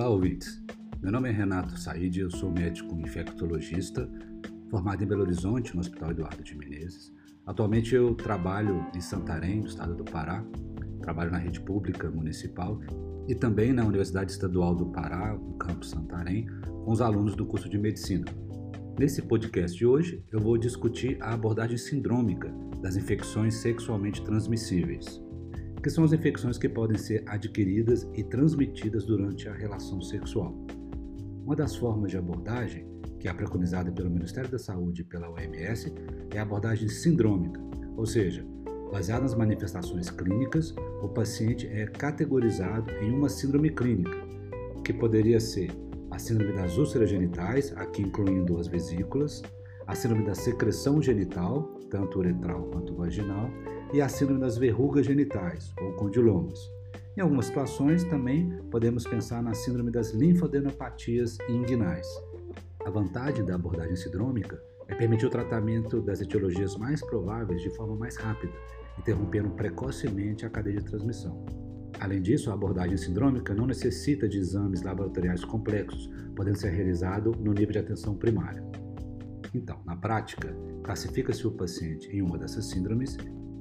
Olá, ouvintes. Meu nome é Renato Said, eu sou médico infectologista, formado em Belo Horizonte, no Hospital Eduardo de Menezes. Atualmente eu trabalho em Santarém, no estado do Pará, trabalho na rede pública municipal e também na Universidade Estadual do Pará, no campus Santarém, com os alunos do curso de Medicina. Nesse podcast de hoje, eu vou discutir a abordagem sindrômica das infecções sexualmente transmissíveis, que são as infecções que podem ser adquiridas e transmitidas durante a relação sexual. Uma das formas de abordagem, que é preconizada pelo Ministério da Saúde e pela OMS, é a abordagem sindrômica, ou seja, baseada nas manifestações clínicas, o paciente é categorizado em uma síndrome clínica, que poderia ser a síndrome das úlceras genitais, aqui incluindo as vesículas, a síndrome da secreção genital, tanto uretral quanto vaginal, e a síndrome das verrugas genitais, ou condilomas. Em algumas situações, também podemos pensar na síndrome das linfadenopatias inguinais. A vantagem da abordagem sindrômica é permitir o tratamento das etiologias mais prováveis de forma mais rápida, interrompendo precocemente a cadeia de transmissão. Além disso, a abordagem sindrômica não necessita de exames laboratoriais complexos, podendo ser realizado no nível de atenção primária. Então, na prática, classifica-se o paciente em uma dessas síndromes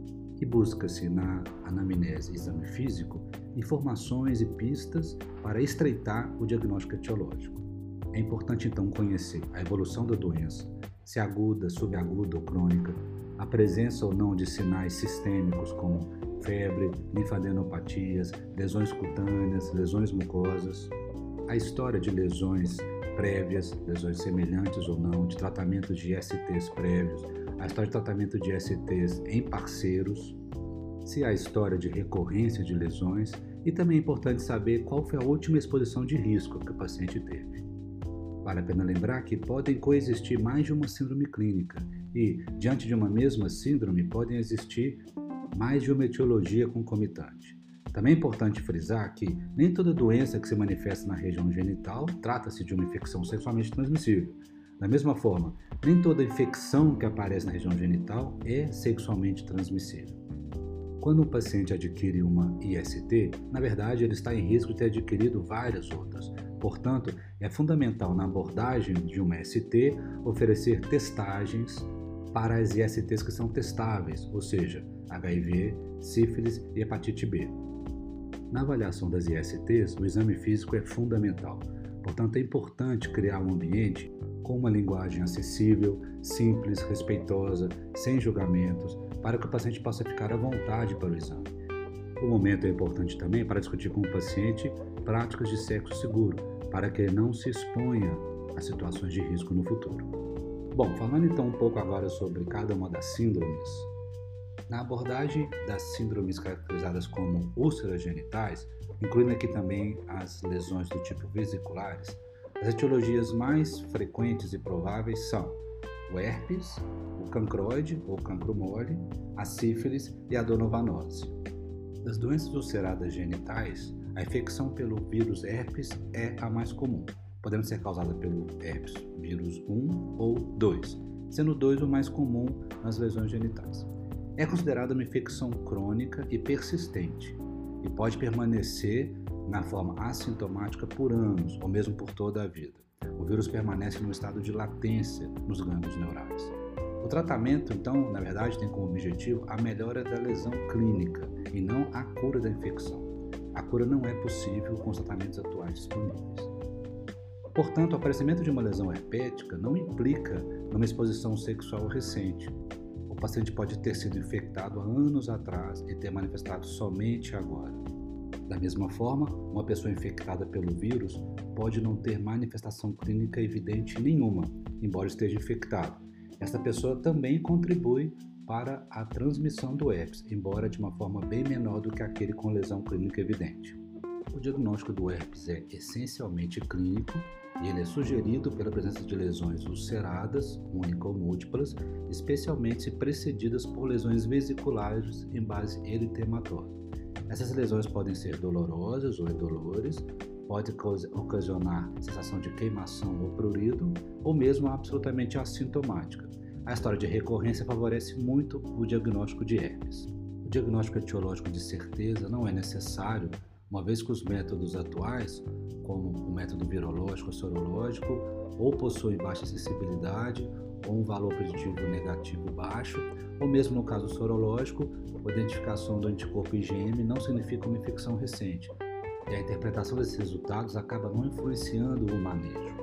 e busca-se na anamnese e exame físico informações e pistas para estreitar o diagnóstico etiológico. É importante, então, conhecer a evolução da doença, se aguda, subaguda ou crônica, a presença ou não de sinais sistêmicos como febre, linfadenopatias, lesões cutâneas, lesões mucosas, a história de lesões prévias, lesões semelhantes ou não, de tratamento de ISTs prévios, a história de tratamento de ISTs em parceiros, se há história de recorrência de lesões e também é importante saber qual foi a última exposição de risco que o paciente teve. Vale a pena lembrar que podem coexistir mais de uma síndrome clínica e, diante de uma mesma síndrome, podem existir mais de uma etiologia concomitante. Também é importante frisar que nem toda doença que se manifesta na região genital trata-se de uma infecção sexualmente transmissível. Da mesma forma, nem toda infecção que aparece na região genital é sexualmente transmissível. Quando um paciente adquire uma IST, na verdade ele está em risco de ter adquirido várias outras. Portanto, é fundamental na abordagem de uma ST oferecer testagens para as ISTs que são testáveis, ou seja, HIV, sífilis e hepatite B. Na avaliação das ISTs, o exame físico é fundamental. Portanto, é importante criar um ambiente com uma linguagem acessível, simples, respeitosa, sem julgamentos, para que o paciente possa ficar à vontade para o exame. O momento é importante também para discutir com o paciente práticas de sexo seguro, para que ele não se exponha a situações de risco no futuro. Bom, falando então um pouco agora sobre cada uma das síndromes, na abordagem das síndromes caracterizadas como úlceras genitais, incluindo aqui também as lesões do tipo vesiculares, as etiologias mais frequentes e prováveis são o herpes, o cancroide ou cancro mole, a sífilis e a adenovirose. Das doenças ulceradas genitais, a infecção pelo vírus herpes é a mais comum, podendo ser causada pelo herpes vírus 1 ou 2, sendo 2 o mais comum nas lesões genitais. É considerada uma infecção crônica e persistente e pode permanecer na forma assintomática por anos ou mesmo por toda a vida. O vírus permanece no estado de latência nos gânglios neurais. O tratamento, então, na verdade, tem como objetivo a melhora da lesão clínica e não a cura da infecção. A cura não é possível com os tratamentos atuais disponíveis. Portanto, o aparecimento de uma lesão herpética não implica numa exposição sexual recente. O paciente pode ter sido infectado há anos atrás e ter manifestado somente agora. Da mesma forma, uma pessoa infectada pelo vírus pode não ter manifestação clínica evidente nenhuma, embora esteja infectado. Esta pessoa também contribui para a transmissão do herpes, embora de uma forma bem menor do que aquele com lesão clínica evidente. O diagnóstico do herpes é essencialmente clínico e ele é sugerido pela presença de lesões ulceradas, únicas ou múltiplas, especialmente se precedidas por lesões vesiculares em base eritematória. Essas lesões podem ser dolorosas ou indolores, pode ocasionar sensação de queimação ou prurido, ou mesmo absolutamente assintomática. A história de recorrência favorece muito o diagnóstico de herpes. O diagnóstico etiológico de certeza não é necessário uma vez que os métodos atuais, como o método virológico ou sorológico, ou possuem baixa sensibilidade ou um valor preditivo negativo baixo, ou mesmo no caso sorológico, a identificação do anticorpo IgM não significa uma infecção recente, e a interpretação desses resultados acaba não influenciando o manejo.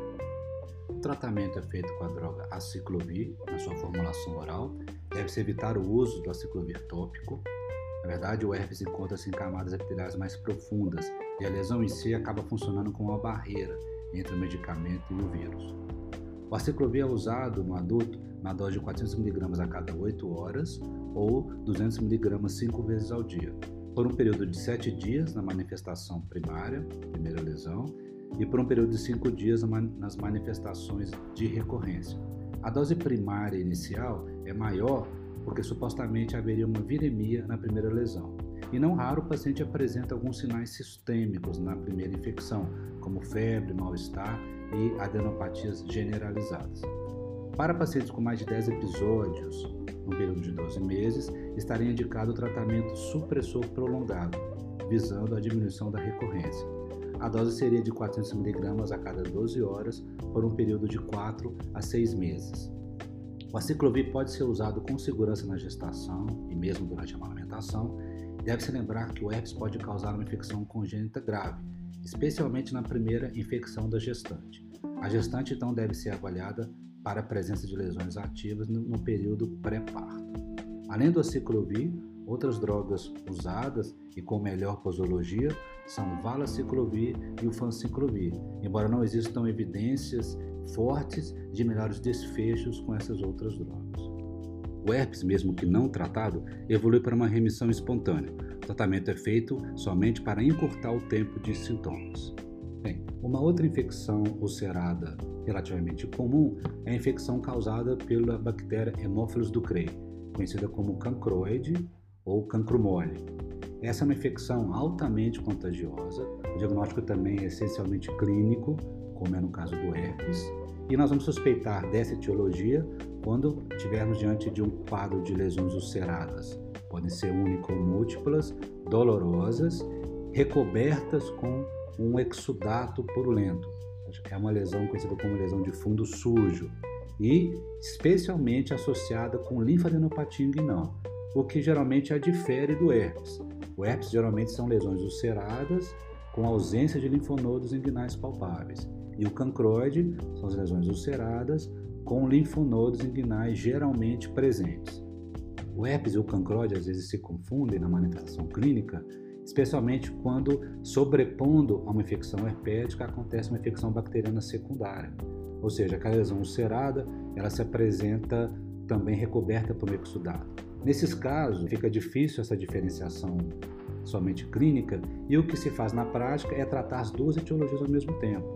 O tratamento é feito com a droga aciclovir, na sua formulação oral. Deve-se evitar o uso do aciclovir tópico. Na verdade, o herpes encontra-se em camadas epiteliais mais profundas e a lesão em si acaba funcionando como uma barreira entre o medicamento e o vírus. O aciclovir é usado no adulto na dose de 400 mg a cada 8 horas ou 200 mg 5 vezes ao dia, por um período de 7 dias na manifestação primária, primeira lesão, e por um período de 5 dias nas manifestações de recorrência. A dose primária inicial é maior porque supostamente haveria uma viremia na primeira lesão. E não raro o paciente apresenta alguns sinais sistêmicos na primeira infecção, como febre, mal-estar e adenopatias generalizadas. Para pacientes com mais de 10 episódios no período de 12 meses, estaria indicado o tratamento supressor prolongado, visando a diminuição da recorrência. A dose seria de 400 mg a cada 12 horas por um período de 4 a 6 meses. O aciclovir pode ser usado com segurança na gestação e mesmo durante a amamentação. Deve-se lembrar que o herpes pode causar uma infecção congênita grave, especialmente na primeira infecção da gestante. A gestante, então, deve ser avaliada para a presença de lesões ativas no período pré-parto. Além do aciclovir, outras drogas usadas e com melhor posologia são o valaciclovir e o fanciclovir, embora não existam evidências fortes de melhores desfechos com essas outras drogas. O herpes, mesmo que não tratado, evolui para uma remissão espontânea. O tratamento é feito somente para encurtar o tempo de sintomas. Bem, uma outra infecção ulcerada relativamente comum é a infecção causada pela bactéria Haemophilus ducreyi, conhecida como cancroide ou cancro mole. Essa é uma infecção altamente contagiosa, o diagnóstico também é essencialmente clínico, como é no caso do herpes, e nós vamos suspeitar dessa etiologia quando estivermos diante de um quadro de lesões ulceradas. Podem ser únicas ou múltiplas, dolorosas, recobertas com um exudato purulento. É uma lesão conhecida como lesão de fundo sujo e especialmente associada com linfadenopatia inguinal, o que geralmente a difere do herpes. O herpes geralmente são lesões ulceradas com ausência de linfonodos inguinais palpáveis. E o cancroide são as lesões ulceradas com linfonodos inguinais geralmente presentes. O herpes e o cancroide às vezes se confundem na manifestação clínica, especialmente quando, sobrepondo a uma infecção herpética, acontece uma infecção bacteriana secundária. Ou seja, aquela lesão ulcerada, ela se apresenta também recoberta por um exudato. Nesses casos, fica difícil essa diferenciação somente clínica e o que se faz na prática é tratar as duas etiologias ao mesmo tempo.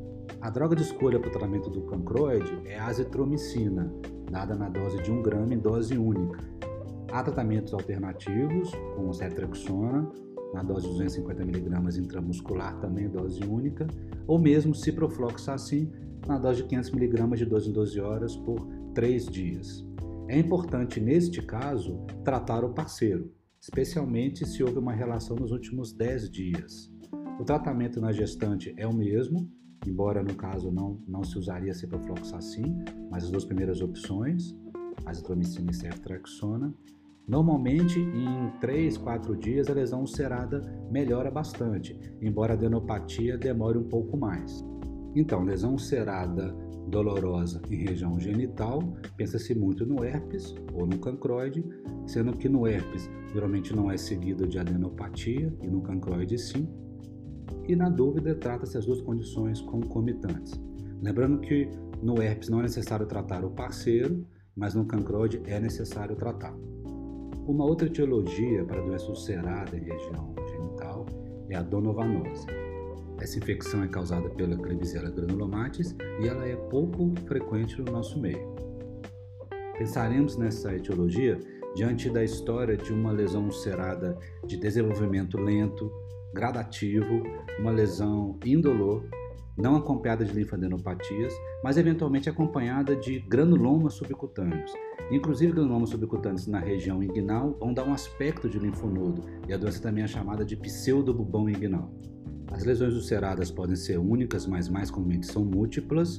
A droga de escolha para o tratamento do cancroide é a azitromicina, dada na dose de 1 grama em dose única. Há tratamentos alternativos, como ceftriaxona, na dose de 250 mg intramuscular, também em dose única, ou mesmo ciprofloxacin, na dose de 500 mg de 12 em 12 horas por 3 dias. É importante, neste caso, tratar o parceiro, especialmente se houve uma relação nos últimos 10 dias. O tratamento na gestante é o mesmo, embora no caso não se usaria ciprofloxacin, mas as duas primeiras opções, azitromicina e ceftriaxona. Normalmente, em 3, 4 dias, a lesão ulcerada melhora bastante, embora a adenopatia demore um pouco mais. Então, lesão ulcerada dolorosa em região genital, pensa-se muito no herpes ou no cancroide, sendo que no herpes geralmente não é seguido de adenopatia e no cancroide sim. E na dúvida, trata-se as duas condições concomitantes. Lembrando que no herpes não é necessário tratar o parceiro, mas no cancroide é necessário tratar. Uma outra etiologia para doença ulcerada em região genital é a donovanose. Essa infecção é causada pela Klebsiella granulomatis e ela é pouco frequente no nosso meio. Pensaremos nessa etiologia diante da história de uma lesão ulcerada de desenvolvimento lento, gradativo, uma lesão indolor não acompanhada de linfadenopatias, mas eventualmente acompanhada de granulomas subcutâneos. Inclusive, granulomas subcutâneos na região inguinal vão dar um aspecto de linfonodo, e a doença também é chamada de pseudobulbão inguinal. As lesões ulceradas podem ser únicas, mas mais comumente são múltiplas,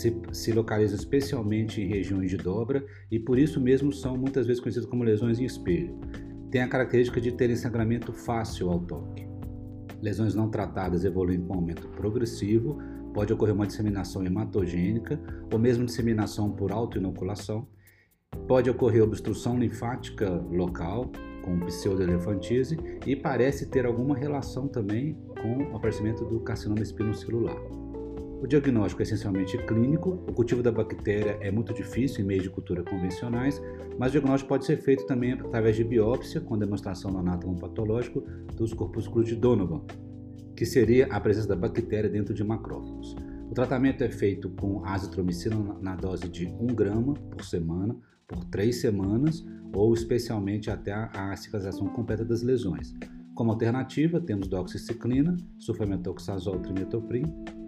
se localizam especialmente em regiões de dobra e por isso mesmo são muitas vezes conhecidas como lesões em espelho. Tem a característica de terem sangramento fácil ao toque. Lesões não tratadas evoluem com aumento progressivo, pode ocorrer uma disseminação hematogênica ou mesmo disseminação por autoinoculação. Pode ocorrer obstrução linfática local, com pseudoelefantise, e parece ter alguma relação também com o aparecimento do carcinoma espinocelular. O diagnóstico é essencialmente clínico, o cultivo da bactéria é muito difícil em meios de cultura convencionais, mas o diagnóstico pode ser feito também através de biópsia, com demonstração no anátomo patológico dos corpúsculos de Donovan, que seria a presença da bactéria dentro de macrófagos. O tratamento é feito com azitromicina na dose de 1 grama por semana, por 3 semanas, ou especialmente até a cicatrização completa das lesões. Como alternativa, temos doxiciclina, sulfamethoxazol, trimethoprim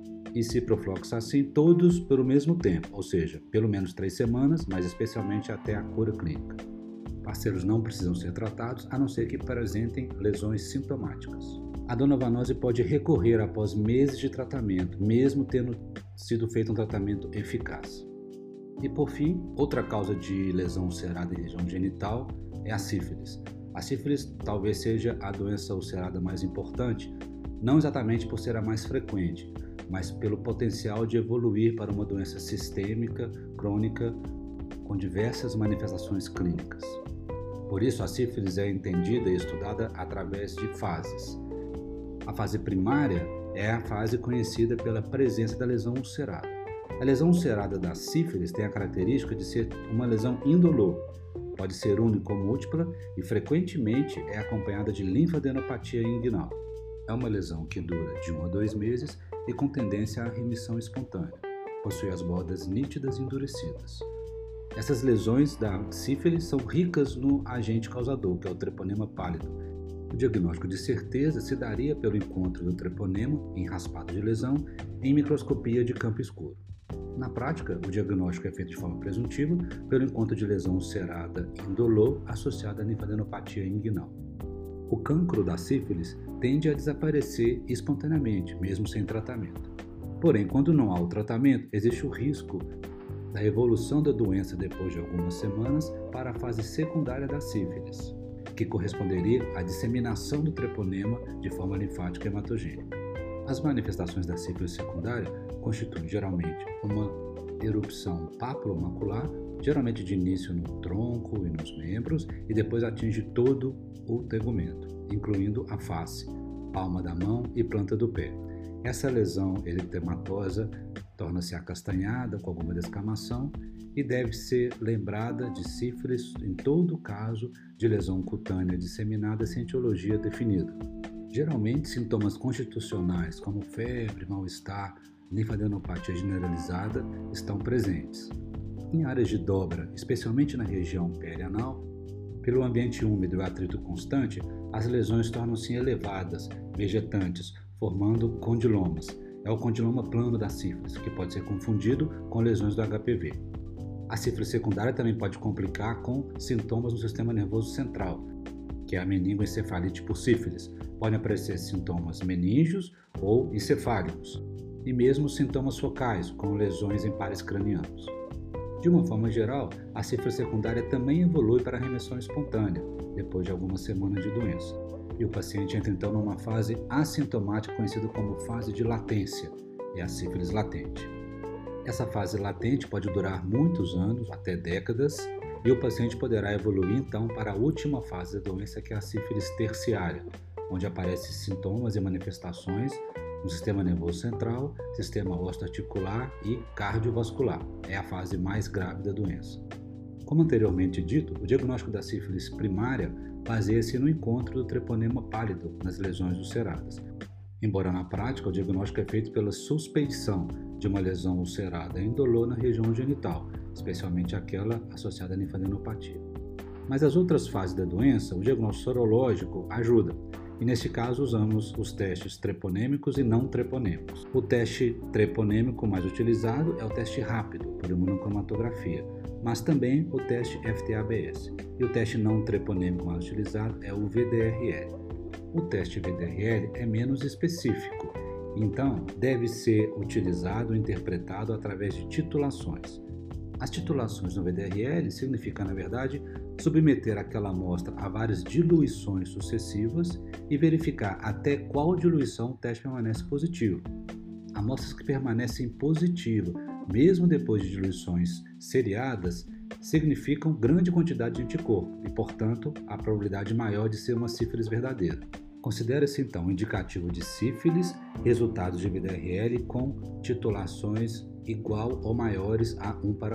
e ciprofloxacin, todos pelo mesmo tempo, ou seja, pelo menos 3 semanas, mas especialmente até a cura clínica. Parceiros não precisam ser tratados, a não ser que apresentem lesões sintomáticas. A donovanose pode recorrer após meses de tratamento, mesmo tendo sido feito um tratamento eficaz. E por fim, outra causa de lesão ulcerada em região genital é a sífilis. A sífilis talvez seja a doença ulcerada mais importante, não exatamente por ser a mais frequente, mas pelo potencial de evoluir para uma doença sistêmica, crônica, com diversas manifestações clínicas. Por isso, a sífilis é entendida e estudada através de fases. A fase primária é a fase conhecida pela presença da lesão ulcerada. A lesão ulcerada da sífilis tem a característica de ser uma lesão indolor, pode ser única ou múltipla e frequentemente é acompanhada de linfadenopatia inguinal. É uma lesão que dura de 1 a 2 meses e com tendência à remissão espontânea. Possui as bordas nítidas e endurecidas. Essas lesões da sífilis são ricas no agente causador, que é o treponema pálido. O diagnóstico de certeza se daria pelo encontro do treponema em raspado de lesão em microscopia de campo escuro. Na prática, o diagnóstico é feito de forma presuntiva pelo encontro de lesão ulcerada indolor associada à linfadenopatia inguinal. O cancro da sífilis tende a desaparecer espontaneamente, mesmo sem tratamento. Porém, quando não há o tratamento, existe o risco da evolução da doença depois de algumas semanas para a fase secundária da sífilis, que corresponderia à disseminação do treponema de forma linfática hematogênica. As manifestações da sífilis secundária constituem geralmente uma erupção papulomacular, geralmente de início no tronco e nos membros, e depois atinge todo o tegumento, incluindo a face, palma da mão e planta do pé. Essa lesão eritematosa torna-se acastanhada com alguma descamação e deve ser lembrada de sífilis em todo caso de lesão cutânea disseminada sem etiologia definida. Geralmente, sintomas constitucionais como febre, mal-estar, linfadenopatia generalizada estão presentes. Em áreas de dobra, especialmente na região perianal, pelo ambiente úmido e atrito constante, as lesões tornam-se elevadas, vegetantes, formando condilomas. É o condiloma plano da sífilis, que pode ser confundido com lesões do HPV. A sífilis secundária também pode complicar com sintomas no sistema nervoso central, que é a meningoencefalite por sífilis. Podem aparecer sintomas meníngeos ou encefálicos, e mesmo sintomas focais, com lesões em pares cranianos. De uma forma geral, a sífilis secundária também evolui para a remissão espontânea, depois de algumas semanas de doença. E o paciente entra então numa fase assintomática conhecida como fase de latência, é a sífilis latente. Essa fase latente pode durar muitos anos, até décadas, e o paciente poderá evoluir então para a última fase da doença, que é a sífilis terciária, onde aparecem sintomas e manifestações no sistema nervoso central, sistema osteoarticular e cardiovascular. É a fase mais grave da doença. Como anteriormente dito, o diagnóstico da sífilis primária baseia-se no encontro do treponema pálido nas lesões ulceradas. Embora na prática o diagnóstico é feito pela suspeição de uma lesão ulcerada indolor na região genital, especialmente aquela associada à linfadenopatia. Mas as outras fases da doença, o diagnóstico sorológico ajuda. E nesse caso usamos os testes treponêmicos e não treponêmicos. O teste treponêmico mais utilizado é o teste rápido por imunocromatografia, mas também o teste FT-ABS. E o teste não treponêmico mais utilizado é o VDRL. O teste VDRL é menos específico, então deve ser utilizado ou interpretado através de titulações. As titulações no VDRL significam, na verdade, submeter aquela amostra a várias diluições sucessivas e verificar até qual diluição o teste permanece positivo. Amostras que permanecem positivas, mesmo depois de diluições seriadas, significam grande quantidade de anticorpo e, portanto, a probabilidade maior de ser uma sífilis verdadeira. Considera-se então indicativo de sífilis resultados de VDRL com titulações igual ou maiores a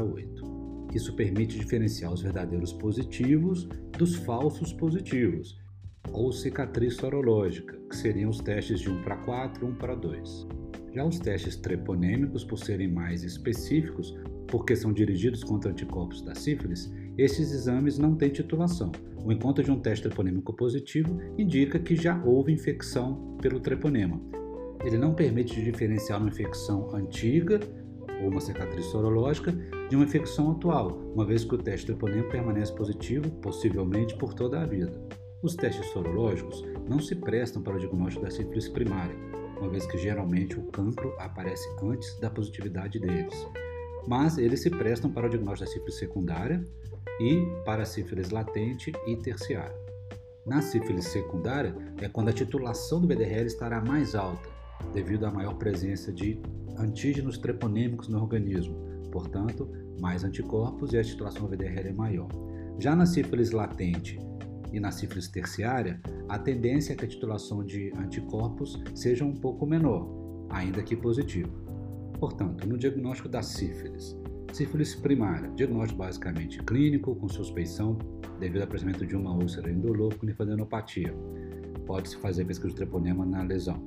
1:8. Isso permite diferenciar os verdadeiros positivos dos falsos positivos, ou cicatriz sorológica, que seriam os testes de 1:4 e 1:2. Já os testes treponêmicos, por serem mais específicos, porque são dirigidos contra anticorpos da sífilis, esses exames não têm titulação. O encontro de um teste treponêmico positivo indica que já houve infecção pelo treponema. Ele não permite diferenciar uma infecção antiga ou uma cicatriz sorológica de uma infecção atual, uma vez que o teste treponêmico permanece positivo, possivelmente por toda a vida. Os testes sorológicos não se prestam para o diagnóstico da sífilis primária, uma vez que geralmente o cancro aparece antes da positividade deles. Mas eles se prestam para o diagnóstico da sífilis secundária e para a sífilis latente e terciária. Na sífilis secundária é quando a titulação do VDRL estará mais alta, devido à maior presença de antígenos treponêmicos no organismo, portanto, mais anticorpos e a titulação do VDRL é maior. Já na sífilis latente e na sífilis terciária, a tendência é que a titulação de anticorpos seja um pouco menor, ainda que positiva. Portanto, no diagnóstico da sífilis primária, diagnóstico basicamente clínico, com suspeição devido ao aparecimento de uma úlcera indolor com linfadenopatia. Pode-se fazer pesquisa de treponema na lesão.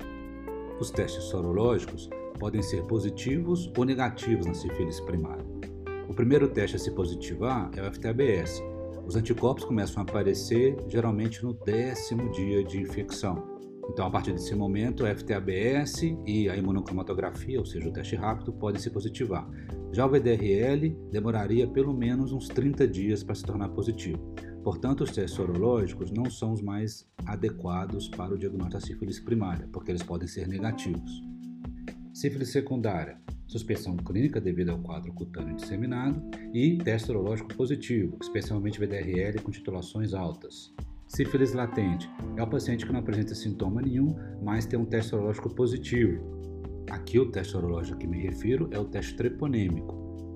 Os testes sorológicos podem ser positivos ou negativos na sífilis primária. O primeiro teste a se positivar é o FT-ABS. Os anticorpos começam a aparecer geralmente no 10º dia de infecção. Então, a partir desse momento, o FT-ABS e a imunocromatografia, ou seja, o teste rápido, podem se positivar. Já o VDRL demoraria pelo menos uns 30 dias para se tornar positivo. Portanto, os testes sorológicos não são os mais adequados para o diagnóstico da sífilis primária, porque eles podem ser negativos. Sífilis secundária, suspeição clínica devido ao quadro cutâneo disseminado e teste sorológico positivo, especialmente VDRL com titulações altas. Sífilis latente é o paciente que não apresenta sintoma nenhum, mas tem um teste sorológico positivo. Aqui o teste sorológico a que me refiro é o teste treponêmico,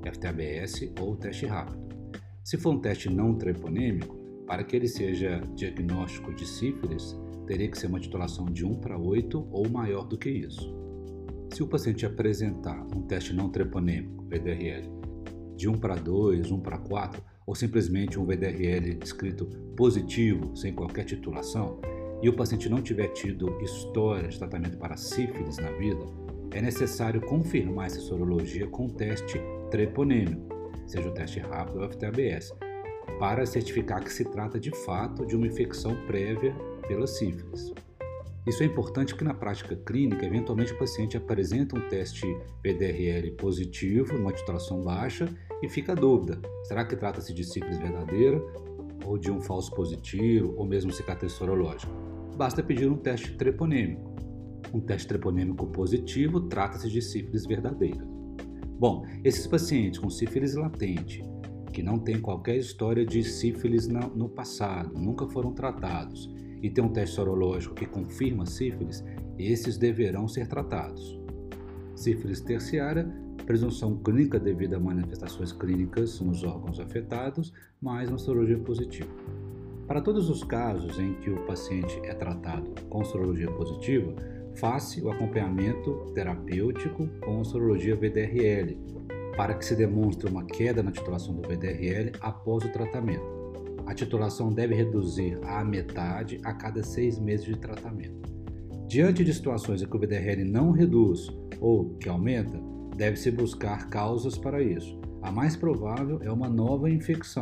FT-ABS ou o teste rápido. Se for um teste não treponêmico, para que ele seja diagnóstico de sífilis, teria que ser uma titulação de 1:8 ou maior do que isso. Se o paciente apresentar um teste não treponêmico, VDRL, de 1:2, 1:4, ou simplesmente um VDRL escrito positivo, sem qualquer titulação, e o paciente não tiver tido história de tratamento para sífilis na vida, é necessário confirmar essa sorologia com o teste treponêmico, seja o teste rápido ou o FT-ABS, para certificar que se trata de fato de uma infecção prévia pela sífilis. Isso é importante porque na prática clínica, eventualmente o paciente apresenta um teste VDRL positivo, numa titulação baixa, e fica a dúvida, será que trata-se de sífilis verdadeira, ou de um falso positivo, ou mesmo cicatriz sorológica? Basta pedir um teste treponêmico. Um teste treponêmico positivo trata-se de sífilis verdadeira. Bom, esses pacientes com sífilis latente, que não têm qualquer história de sífilis no passado, nunca foram tratados, e tem um teste sorológico que confirma sífilis, esses deverão ser tratados. Sífilis terciária, presunção clínica devido a manifestações clínicas nos órgãos afetados, mais uma sorologia positiva. Para todos os casos em que o paciente é tratado com sorologia positiva, faça o acompanhamento terapêutico com a sorologia VDRL, para que se demonstre uma queda na titulação do VDRL após o tratamento. A titulação deve reduzir à metade a cada 6 meses de tratamento. Diante de situações em que o VDRL não reduz ou que aumenta, deve-se buscar causas para isso. A mais provável é uma nova infecção,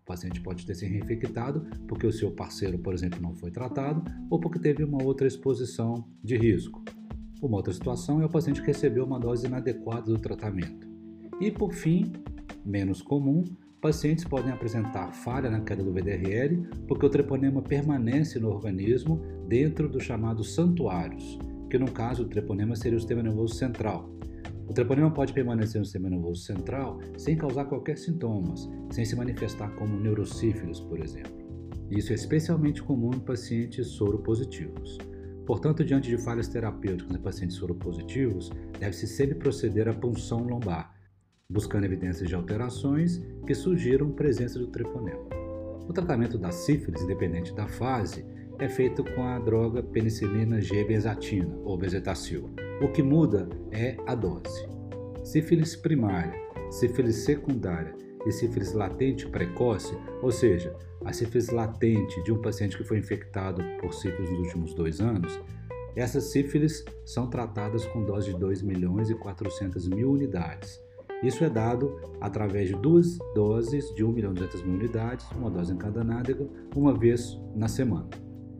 paciente pode ter se reinfectado porque o seu parceiro, por exemplo, não foi tratado ou porque teve uma outra exposição de risco. Uma outra situação é o paciente que recebeu uma dose inadequada do tratamento. E, por fim, menos comum, pacientes podem apresentar falha na queda do VDRL porque o treponema permanece no organismo dentro dos chamados santuários, que no caso o treponema seria o sistema nervoso central. O treponema pode permanecer no sistema nervoso central sem causar qualquer sintomas, sem se manifestar como neurosífilis, por exemplo. Isso é especialmente comum em pacientes soropositivos. Portanto, diante de falhas terapêuticas em pacientes soropositivos, deve-se sempre proceder à punção lombar, buscando evidências de alterações que sugiram presença do treponema. O tratamento da sífilis, independente da fase, é feito com a droga penicilina G-benzatina, ou bezetacil. O que muda é a dose. Sífilis primária, sífilis secundária e sífilis latente precoce, ou seja, a sífilis latente de um paciente que foi infectado por sífilis nos últimos 2 anos, essas sífilis são tratadas com dose de 2.400.000 unidades. Isso é dado através de 2 doses de 1.200.000 unidades, uma dose em cada nádega, uma vez na semana.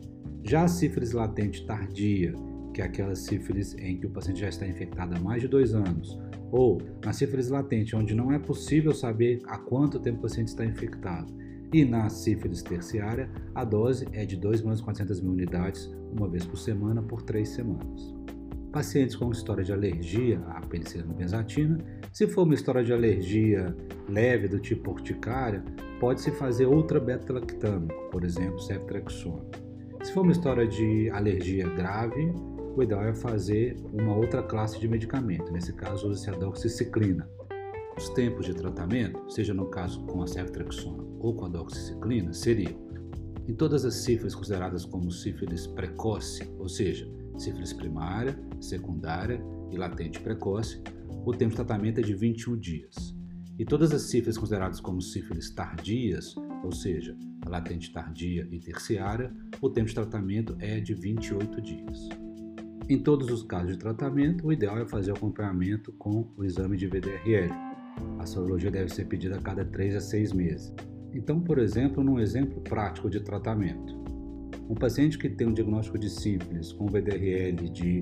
Já a sífilis latente tardia, que é aquela sífilis em que o paciente já está infectado há mais de 2 anos, ou na sífilis latente, onde não é possível saber há quanto tempo o paciente está infectado, e na sífilis terciária, a dose é de 2.400.000 unidades, uma vez por semana, por 3 semanas. Pacientes com história de alergia à penicilina benzatina, se for uma história de alergia leve do tipo urticária, pode-se fazer outra beta-lactâmico, por exemplo, ceftriaxona. Se for uma história de alergia grave, o ideal é fazer uma outra classe de medicamento, nesse caso usa-se a doxiciclina. Os tempos de tratamento, seja no caso com a ceftriaxona ou com a doxiciclina, seriam: em todas as sífilis consideradas como sífilis precoce, ou seja, sífilis primária, secundária e latente precoce, o tempo de tratamento é de 21 dias. E todas as sífilis consideradas como sífilis tardias, ou seja, a latente tardia e terciária, o tempo de tratamento é de 28 dias. Em todos os casos de tratamento, o ideal é fazer o acompanhamento com o exame de VDRL. A sorologia deve ser pedida a cada 3 a 6 meses. Então, por exemplo, num exemplo prático de tratamento, um paciente que tem um diagnóstico de sífilis com VDRL de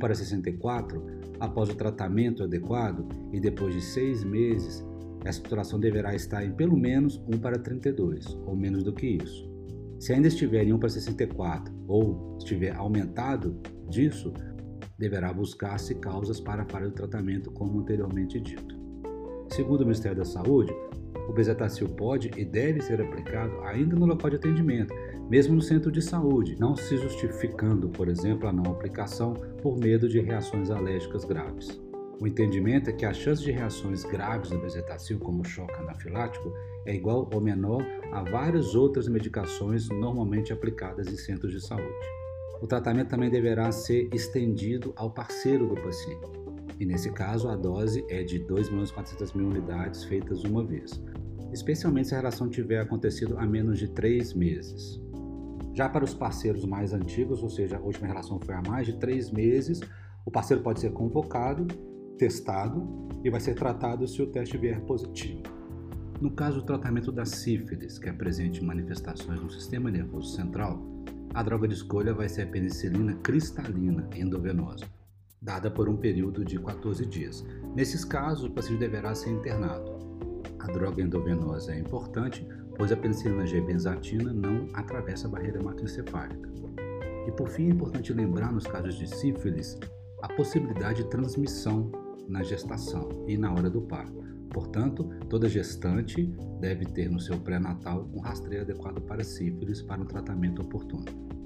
1:64, após o tratamento adequado e depois de 6 meses, essa saturação deverá estar em pelo menos 1:32, ou menos do que isso. Se ainda estiver em 1:64 ou estiver aumentado disso, deverá buscar-se causas para a falha do tratamento, como anteriormente dito. Segundo o Ministério da Saúde, o bezetacil pode e deve ser aplicado ainda no local de atendimento, mesmo no centro de saúde, não se justificando, por exemplo, a não aplicação por medo de reações alérgicas graves. O entendimento é que a chance de reações graves do bezetacil, como choque anafilático, é igual ou menor a várias outras medicações normalmente aplicadas em centros de saúde. O tratamento também deverá ser estendido ao parceiro do paciente, e nesse caso a dose é de 2.400.000 unidades feitas uma vez, especialmente se a relação tiver acontecido há menos de 3 meses. Já para os parceiros mais antigos, ou seja, a última relação foi há mais de 3 meses, o parceiro pode ser convocado, testado e vai ser tratado se o teste vier positivo. No caso do tratamento da sífilis, que apresente manifestações no sistema nervoso central, a droga de escolha vai ser a penicilina cristalina endovenosa, dada por um período de 14 dias. Nesses casos, o paciente deverá ser internado. A droga endovenosa é importante, pois a penicilina G-benzatina não atravessa a barreira hematoencefálica. E por fim, é importante lembrar, nos casos de sífilis, a possibilidade de transmissão na gestação e na hora do parto. Portanto, toda gestante deve ter no seu pré-natal um rastreio adequado para sífilis para um tratamento oportuno.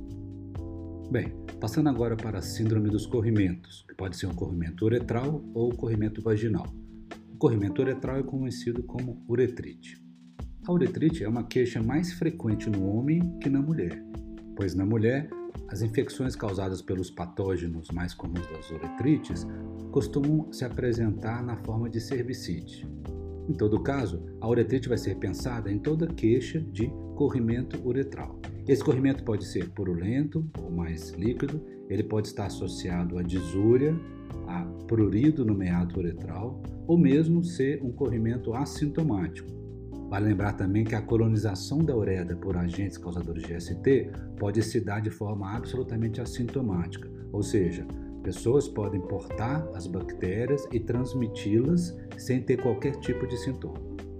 Bem, passando agora para a síndrome dos corrimentos, que pode ser um corrimento uretral ou corrimento vaginal. O corrimento uretral é conhecido como uretrite. A uretrite é uma queixa mais frequente no homem que na mulher, pois na mulher, as infecções causadas pelos patógenos mais comuns das uretrites costumam se apresentar na forma de cervicite. Em todo caso, a uretrite vai ser pensada em toda queixa de corrimento uretral. Esse corrimento pode ser purulento ou mais líquido, ele pode estar associado a disúria, a prurido no meato uretral, ou mesmo ser um corrimento assintomático. Vale lembrar também que a colonização da uretra por agentes causadores de ST pode se dar de forma absolutamente assintomática, ou seja, pessoas podem portar as bactérias e transmiti-las sem ter qualquer tipo de sintoma.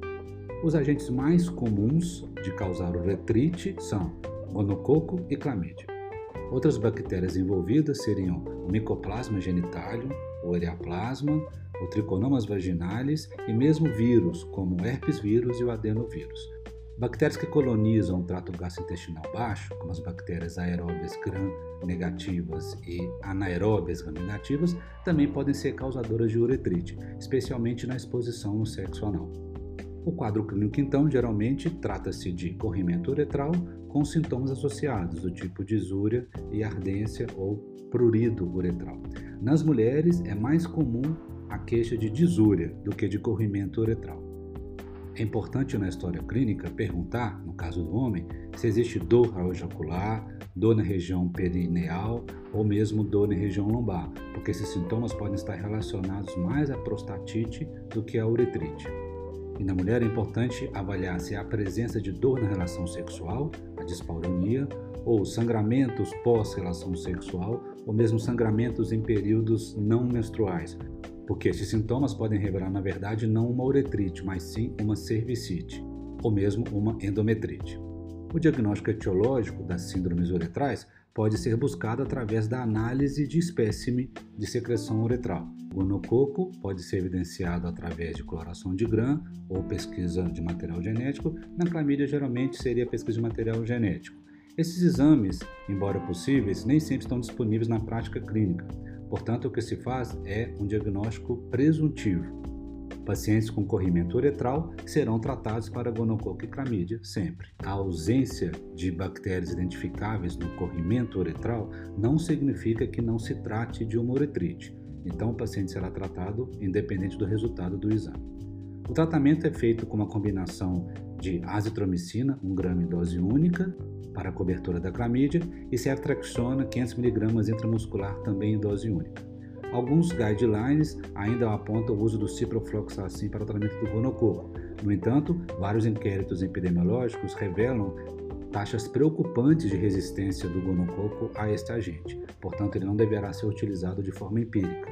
Os agentes mais comuns de causar uretrite são gonococo e clamídia. Outras bactérias envolvidas seriam o Mycoplasma genitalium, o Ureaplasma, o Trichomonas vaginalis e mesmo vírus, como o herpes vírus e o adenovírus. Bactérias que colonizam o trato gastrointestinal baixo, como as bactérias aeróbias gram-negativas e anaeróbias gram-negativas, também podem ser causadoras de uretrite, especialmente na exposição no sexo anal. O quadro clínico, então, geralmente trata-se de corrimento uretral com sintomas associados, do tipo disúria e ardência ou prurido uretral. Nas mulheres, é mais comum a queixa de disúria do que de corrimento uretral. É importante na história clínica perguntar, no caso do homem, se existe dor ao ejacular, dor na região perineal ou mesmo dor na região lombar, porque esses sintomas podem estar relacionados mais à prostatite do que à uretrite. E na mulher é importante avaliar se há presença de dor na relação sexual, a dispareunia, ou sangramentos pós-relação sexual, ou mesmo sangramentos em períodos não menstruais, porque esses sintomas podem revelar, na verdade, não uma uretrite, mas sim uma cervicite, ou mesmo uma endometrite. O diagnóstico etiológico das síndromes uretrais pode ser buscado através da análise de espécime de secreção uretral. O gonococo pode ser evidenciado através de coloração de Gram ou pesquisa de material genético. Na clamídia, geralmente, seria pesquisa de material genético. Esses exames, embora possíveis, nem sempre estão disponíveis na prática clínica. Portanto, o que se faz é um diagnóstico presuntivo. Pacientes com corrimento uretral serão tratados para gonococo e clamídia sempre. A ausência de bactérias identificáveis no corrimento uretral não significa que não se trate de uma uretrite. Então, o paciente será tratado independente do resultado do exame. O tratamento é feito com uma combinação de azitromicina, 1 grama em dose única, para a cobertura da clamídia, e ceftriaxona, 500 mg intramuscular, também em dose única. Alguns guidelines ainda apontam o uso do ciprofloxacin para o tratamento do gonococo. No entanto, vários inquéritos epidemiológicos revelam taxas preocupantes de resistência do gonococo a este agente. Portanto, ele não deverá ser utilizado de forma empírica.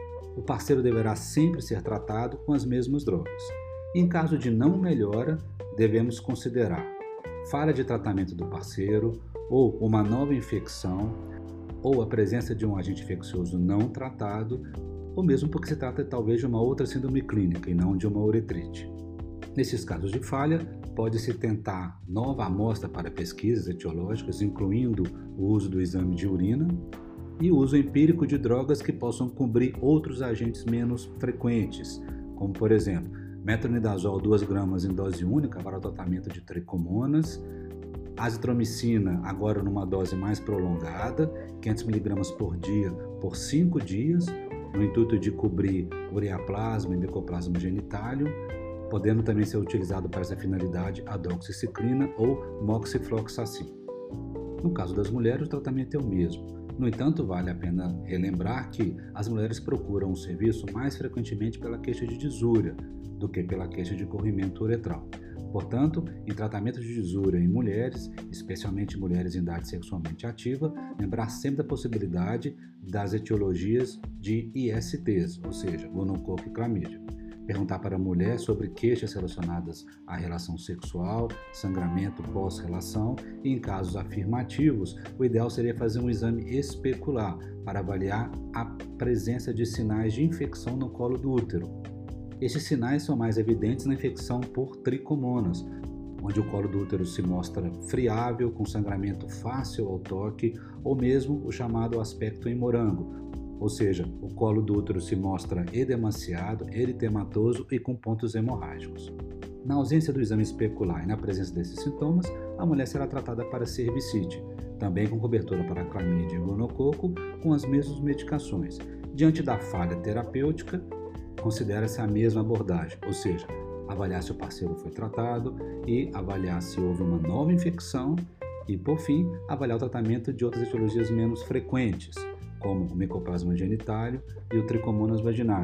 O parceiro deverá sempre ser tratado com as mesmas drogas. Em caso de não melhora, devemos considerar falha de tratamento do parceiro ou uma nova infecção, ou a presença de um agente infeccioso não tratado, ou mesmo porque se trata talvez de uma outra síndrome clínica e não de uma uretrite. Nesses casos de falha, pode-se tentar nova amostra para pesquisas etiológicas, incluindo o uso do exame de urina e o uso empírico de drogas que possam cobrir outros agentes menos frequentes, como por exemplo, metronidazol 2 gramas em dose única para o tratamento de tricomonas, azitromicina agora numa dose mais prolongada, 500 mg por dia por 5 dias, no intuito de cobrir ureaplasma e Mycoplasma genitalium, podendo também ser utilizado para essa finalidade a doxiciclina ou moxifloxacin. No caso das mulheres, o tratamento é o mesmo. No entanto, vale a pena relembrar que as mulheres procuram o serviço mais frequentemente pela queixa de disúria do que pela queixa de corrimento uretral. Portanto, em tratamento de disúria em mulheres, especialmente mulheres em idade sexualmente ativa, lembrar sempre da possibilidade das etiologias de ISTs, ou seja, gonococo e clamídia. Perguntar para a mulher sobre queixas relacionadas à relação sexual, sangramento pós-relação e, em casos afirmativos, o ideal seria fazer um exame especular para avaliar a presença de sinais de infecção no colo do útero. Esses sinais são mais evidentes na infecção por tricomonas, onde o colo do útero se mostra friável, com sangramento fácil ao toque, ou mesmo o chamado aspecto em morango, ou seja, o colo do útero se mostra edemaciado, eritematoso e com pontos hemorrágicos. Na ausência do exame especular e na presença desses sintomas, a mulher será tratada para cervicite, também com cobertura para clamídia e gonococo, com as mesmas medicações. Diante da falha terapêutica, considera-se a mesma abordagem, ou seja, avaliar se o parceiro foi tratado e avaliar se houve uma nova infecção e, por fim, avaliar o tratamento de outras etiologias menos frequentes, como o Mycoplasma genitalium e o Trichomonas vaginalis,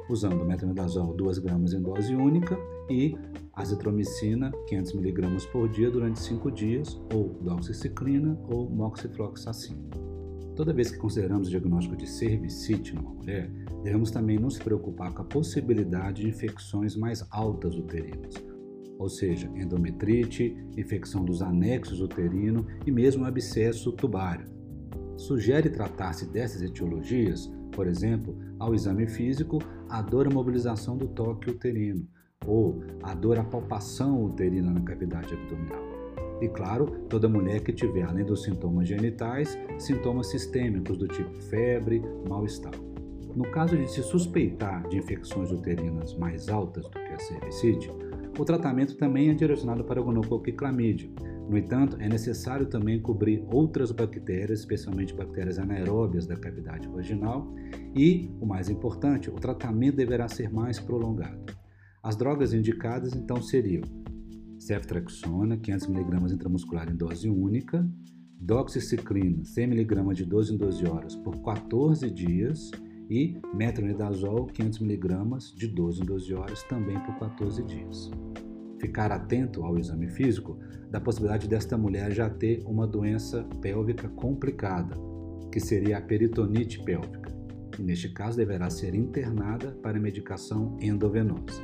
usando metronidazol 2 gramas em dose única e azitromicina 500 mg por dia durante 5 dias, ou doxiciclina ou moxifloxacin. Toda vez que consideramos o diagnóstico de cervicite numa mulher, devemos também nos preocupar com a possibilidade de infecções mais altas uterinas, ou seja, endometrite, infecção dos anexos uterino e mesmo abscesso tubário. Sugere tratar-se dessas etiologias, por exemplo, ao exame físico, a dor à mobilização do toque uterino ou a dor à palpação uterina na cavidade abdominal. E claro, toda mulher que tiver, além dos sintomas genitais, sintomas sistêmicos do tipo febre, mal-estar. No caso de se suspeitar de infecções uterinas mais altas do que a cervicite, o tratamento também é direcionado para a gonococo e clamídia. No entanto, é necessário também cobrir outras bactérias, especialmente bactérias anaeróbias da cavidade vaginal, e, o mais importante, o tratamento deverá ser mais prolongado. As drogas indicadas então seriam ceftriaxona, 500 mg intramuscular em dose única, doxiciclina, 100 mg de 12 em 12 horas por 14 dias e metronidazol, 500 mg de 12 em 12 horas também por 14 dias. Ficar atento ao exame físico da possibilidade desta mulher já ter uma doença pélvica complicada, que seria a peritonite pélvica, e neste caso deverá ser internada para medicação endovenosa.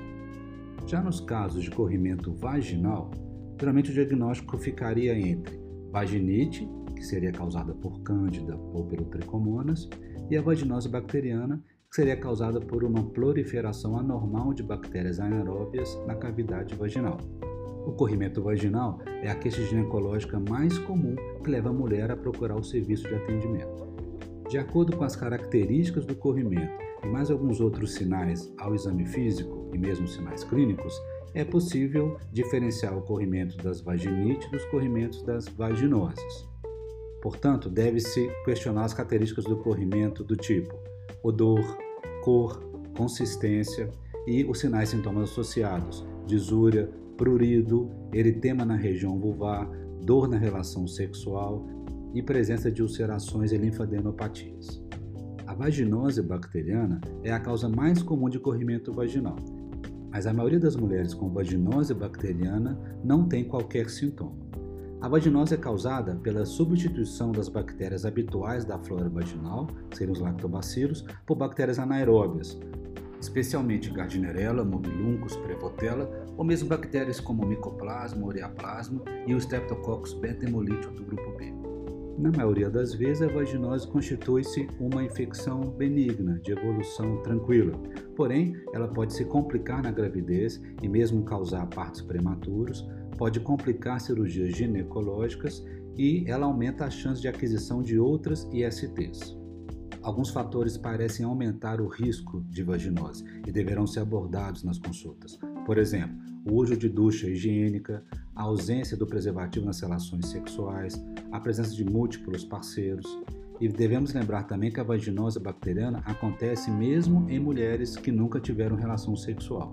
Já nos casos de corrimento vaginal, geralmente o diagnóstico ficaria entre vaginite, que seria causada por cândida ou pelo tricomonas, e a vaginose bacteriana, que seria causada por uma proliferação anormal de bactérias anaeróbias na cavidade vaginal. O corrimento vaginal é a queixa ginecológica mais comum que leva a mulher a procurar o serviço de atendimento. De acordo com as características do corrimento e mais alguns outros sinais ao exame físico e mesmo sinais clínicos, é possível diferenciar o corrimento das vaginites dos corrimentos das vaginoses. Portanto, deve-se questionar as características do corrimento do tipo odor, cor, consistência e os sinais e sintomas associados: disúria, prurido, eritema na região vulvar, dor na relação sexual e presença de ulcerações e linfadenopatias. A vaginose bacteriana é a causa mais comum de corrimento vaginal, mas a maioria das mulheres com vaginose bacteriana não tem qualquer sintoma. A vaginose é causada pela substituição das bactérias habituais da flora vaginal, que seriam os lactobacilos, por bactérias anaeróbias, especialmente Gardnerella, Mobiluncus, Prevotella, ou mesmo bactérias como Mycoplasma, Ureaplasma e o Streptococcus beta-hemolítico do grupo B. Na maioria das vezes, a vaginose constitui-se uma infecção benigna, de evolução tranquila. Porém, ela pode se complicar na gravidez e mesmo causar partos prematuros, pode complicar cirurgias ginecológicas e ela aumenta a chance de aquisição de outras ISTs. Alguns fatores parecem aumentar o risco de vaginose e deverão ser abordados nas consultas. Por exemplo, o uso de ducha higiênica, a ausência do preservativo nas relações sexuais, a presença de múltiplos parceiros. E devemos lembrar também que a vaginose bacteriana acontece mesmo em mulheres que nunca tiveram relação sexual.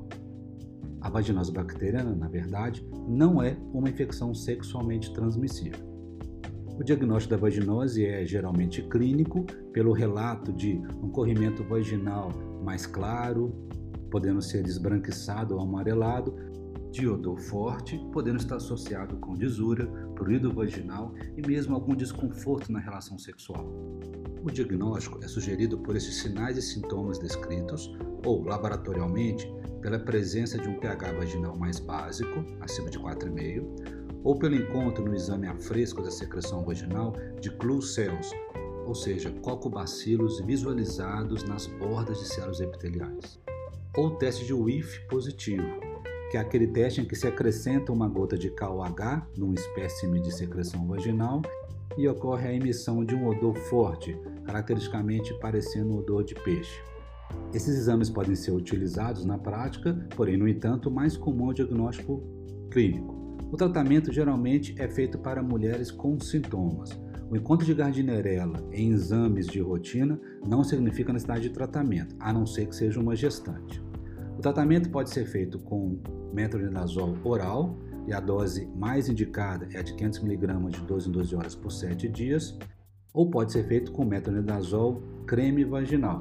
A vaginose bacteriana, na verdade, não é uma infecção sexualmente transmissível. O diagnóstico da vaginose é geralmente clínico, pelo relato de um corrimento vaginal mais claro, podendo ser esbranquiçado ou amarelado, de odor forte, podendo estar associado com disúria, prurido vaginal e mesmo algum desconforto na relação sexual. O diagnóstico é sugerido por esses sinais e sintomas descritos ou, laboratorialmente, pela presença de um pH vaginal mais básico, acima de 4,5, ou pelo encontro no exame a fresco da secreção vaginal de clue cells, ou seja, cocobacilos visualizados nas bordas de células epiteliais. Ou teste de Whiff positivo, que é aquele teste em que se acrescenta uma gota de KOH num espécime de secreção vaginal e ocorre a emissão de um odor forte, caracteristicamente parecendo um odor de peixe. Esses exames podem ser utilizados na prática, porém, no entanto, o mais comum é o diagnóstico clínico. O tratamento geralmente é feito para mulheres com sintomas. O encontro de Gardnerella em exames de rotina não significa necessidade de tratamento, a não ser que seja uma gestante. O tratamento pode ser feito com metronidazol oral, e a dose mais indicada é a de 500 mg de 12 em 12 horas por 7 dias, ou pode ser feito com metronidazol creme vaginal,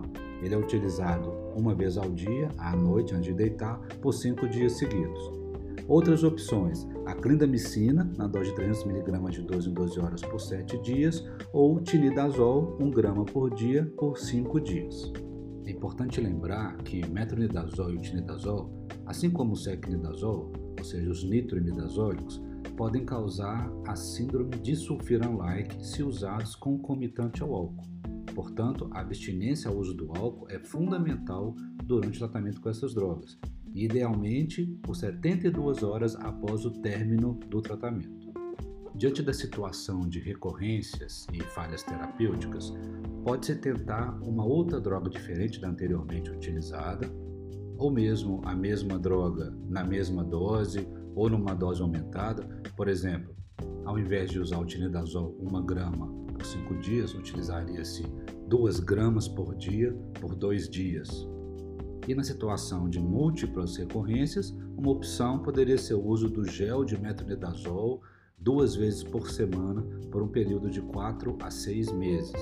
Ele é utilizado uma vez ao dia, à noite, antes de deitar, por 5 dias seguidos. Outras opções, a clindamicina, na dose de 300 mg de 12 em 12 horas por 7 dias, ou tinidazol, 1 grama por dia, por 5 dias. É importante lembrar que metronidazol e o tinidazol, assim como o secnidazol, ou seja, os nitroimidazólicos, podem causar a síndrome de sulfiram-like se usados concomitante ao álcool. Portanto, a abstinência ao uso do álcool é fundamental durante o tratamento com essas drogas, idealmente por 72 horas após o término do tratamento. Diante da situação de recorrências e falhas terapêuticas, pode-se tentar uma outra droga diferente da anteriormente utilizada, ou mesmo a mesma droga na mesma dose ou numa dose aumentada. Por exemplo, ao invés de usar o tinidazol 1 grama por 5 dias, utilizaria-se 2 gramas por dia por 2 dias. E na situação de múltiplas recorrências, uma opção poderia ser o uso do gel de metronidazol 2 vezes por semana por um período de 4 a 6 meses.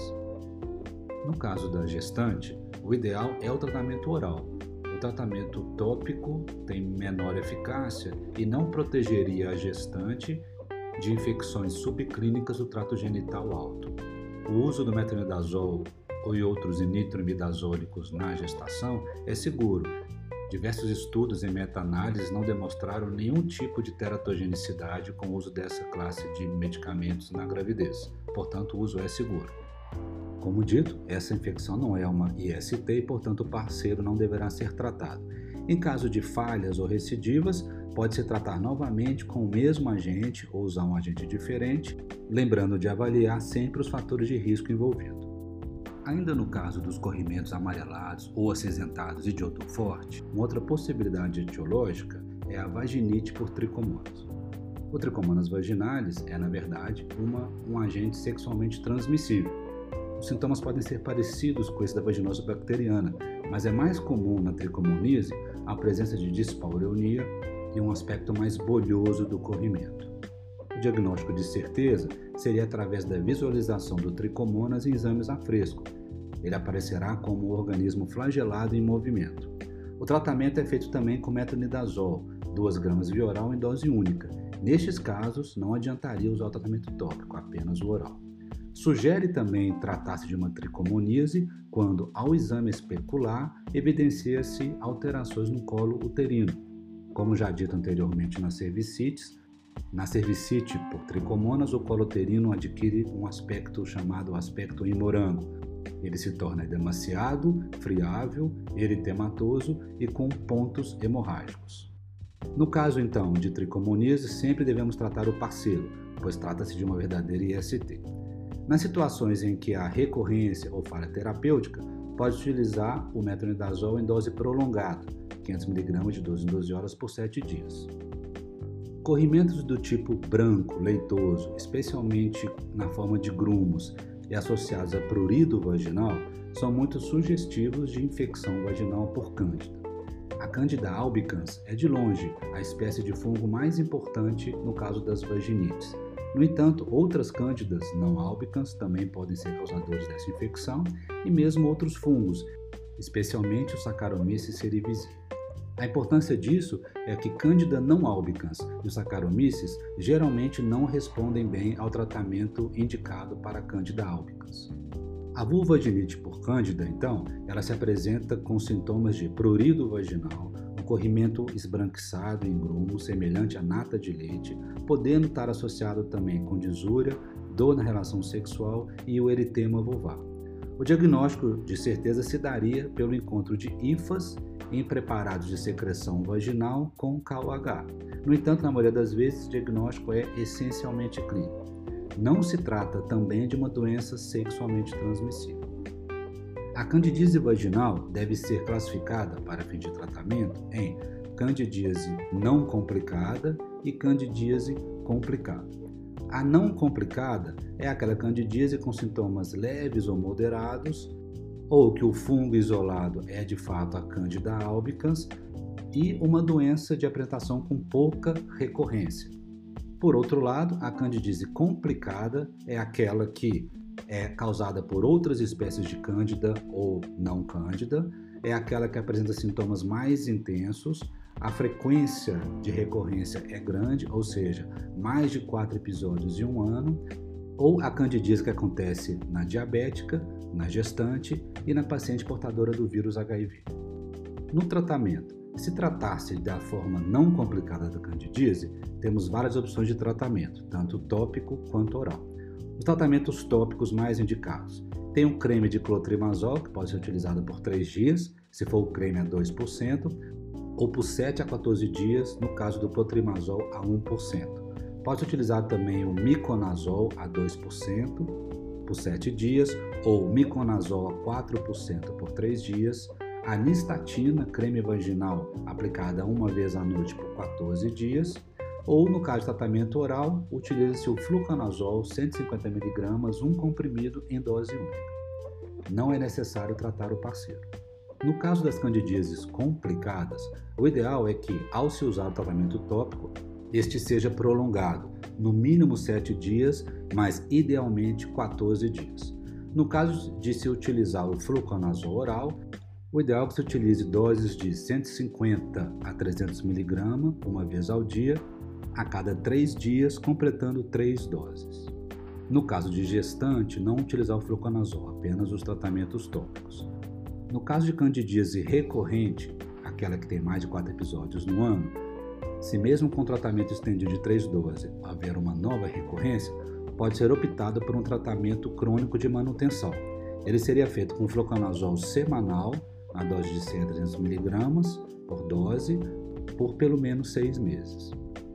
No caso da gestante, o ideal é o tratamento oral. O tratamento tópico tem menor eficácia e não protegeria a gestante de infecções subclínicas do trato genital alto. O uso do metronidazol ou outros nitroimidazólicos na gestação é seguro. Diversos estudos e meta-análises não demonstraram nenhum tipo de teratogenicidade com o uso dessa classe de medicamentos na gravidez. Portanto, o uso é seguro. Como dito, essa infecção não é uma IST e, portanto, o parceiro não deverá ser tratado. Em caso de falhas ou recidivas, pode-se tratar novamente com o mesmo agente ou usar um agente diferente, lembrando de avaliar sempre os fatores de risco envolvidos. Ainda no caso dos corrimentos amarelados ou acinzentados e de odor forte, uma outra possibilidade etiológica é a vaginite por tricomonas. O tricomonas vaginalis é, na verdade, um agente sexualmente transmissível. Os sintomas podem ser parecidos com esse da vaginose bacteriana, mas é mais comum na tricomoníase a presença de dispareunia e um aspecto mais bolhoso do corrimento. O diagnóstico de certeza seria através da visualização do tricomonas em exames a fresco. Ele aparecerá como um organismo flagelado em movimento. O tratamento é feito também com metronidazol, 2 gramas via oral em dose única. Nestes casos, não adiantaria usar o tratamento tópico, apenas o oral. Sugere também tratar-se de uma tricomoníase quando, ao exame especular, evidencia-se alterações no colo uterino. Como já dito anteriormente na cervicite por tricomonas, o colo uterino adquire um aspecto chamado aspecto em morango. Ele se torna edemaciado, friável, eritematoso e com pontos hemorrágicos. No caso, então, de tricomoníase, sempre devemos tratar o parceiro, pois trata-se de uma verdadeira IST. Nas situações em que há recorrência ou falha terapêutica, pode utilizar o metronidazol em dose prolongada, 500 mg de 12 em 12 horas por 7 dias. Corrimentos do tipo branco, leitoso, especialmente na forma de grumos e associados a prurido vaginal, são muito sugestivos de infecção vaginal por cândida. A Candida albicans é de longe a espécie de fungo mais importante no caso das vaginites. No entanto, outras cândidas não albicans também podem ser causadores dessa infecção e mesmo outros fungos, especialmente o Saccharomyces cerevisiae. A importância disso é que Candida não albicans e o Saccharomyces geralmente não respondem bem ao tratamento indicado para Candida albicans. A vulvovaginite por Cândida, então, ela se apresenta com sintomas de prurido vaginal, um corrimento esbranquiçado em grumo, semelhante à nata de leite, podendo estar associado também com disúria, dor na relação sexual e o eritema vulvar. O diagnóstico de certeza se daria pelo encontro de hifas em preparados de secreção vaginal com KOH. No entanto, na maioria das vezes, o diagnóstico é essencialmente clínico. Não se trata também de uma doença sexualmente transmissível. A candidíase vaginal deve ser classificada, para fim de tratamento, em candidíase não complicada e candidíase complicada. A não complicada é aquela candidíase com sintomas leves ou moderados, ou que o fungo isolado é de fato a Candida albicans e uma doença de apresentação com pouca recorrência. Por outro lado, a candidíase complicada é aquela que, é causada por outras espécies de cândida ou não cândida, é aquela que apresenta sintomas mais intensos, a frequência de recorrência é grande, ou seja, mais de 4 episódios em um ano, ou a candidíase que acontece na diabética, na gestante e na paciente portadora do vírus HIV. No tratamento, se tratar-se da forma não complicada da candidíase, temos várias opções de tratamento, tanto tópico quanto oral. Os tratamentos tópicos mais indicados: tem o creme de clotrimazol, que pode ser utilizado por 3 dias, se for o creme a 2%, ou por 7 a 14 dias, no caso do clotrimazol a 1%. Pode utilizar também o miconazol a 2% por 7 dias, ou miconazol a 4% por 3 dias, a nistatina, creme vaginal, aplicada uma vez à noite por 14 dias, ou, no caso de tratamento oral, utiliza-se o fluconazol 150mg, um comprimido em dose única. Não é necessário tratar o parceiro. No caso das candidíases complicadas, o ideal é que, ao se usar o tratamento tópico, este seja prolongado, no mínimo 7 dias, mas idealmente 14 dias. No caso de se utilizar o fluconazol oral, o ideal é que se utilize doses de 150 a 300mg, uma vez ao dia, a cada 3 dias, completando 3 doses. No caso de gestante, não utilizar o fluconazol, apenas os tratamentos tópicos. No caso de candidíase recorrente, aquela que tem mais de 4 episódios no ano, se mesmo com tratamento estendido de 3 doses haver uma nova recorrência, pode ser optado por um tratamento crônico de manutenção. Ele seria feito com fluconazol semanal, na dose de 100 a 300mg por dose, por pelo menos 6 meses.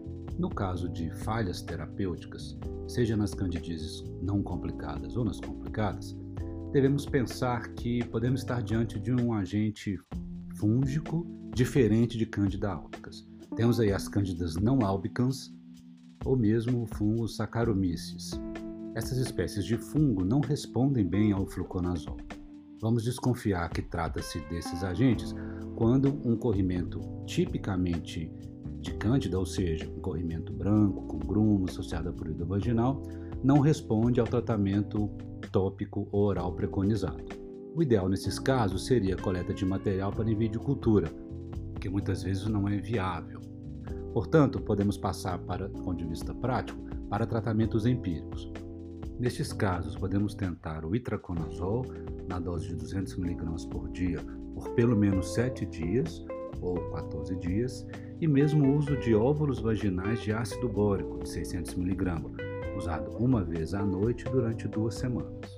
No caso de falhas terapêuticas, seja nas candidíases não complicadas ou nas complicadas, devemos pensar que podemos estar diante de um agente fúngico diferente de Candida albicans. Temos aí as cândidas não albicans ou mesmo o fungo Saccharomyces. Essas espécies de fungo não respondem bem ao fluconazol. Vamos desconfiar que trata-se desses agentes quando um corrimento tipicamente de cândida, ou seja, um corrimento branco com grumo associado a prurido vaginal, não responde ao tratamento tópico ou oral preconizado. O ideal nesses casos seria a coleta de material para envidicultura, que muitas vezes não é viável. Portanto, podemos passar para, do ponto de vista prático, para tratamentos empíricos. Nestes casos, podemos tentar o itraconazol na dose de 200mg por dia por pelo menos 7 dias ou 14 dias, e mesmo o uso de óvulos vaginais de ácido bórico de 600mg, usado uma vez à noite durante 2 semanas.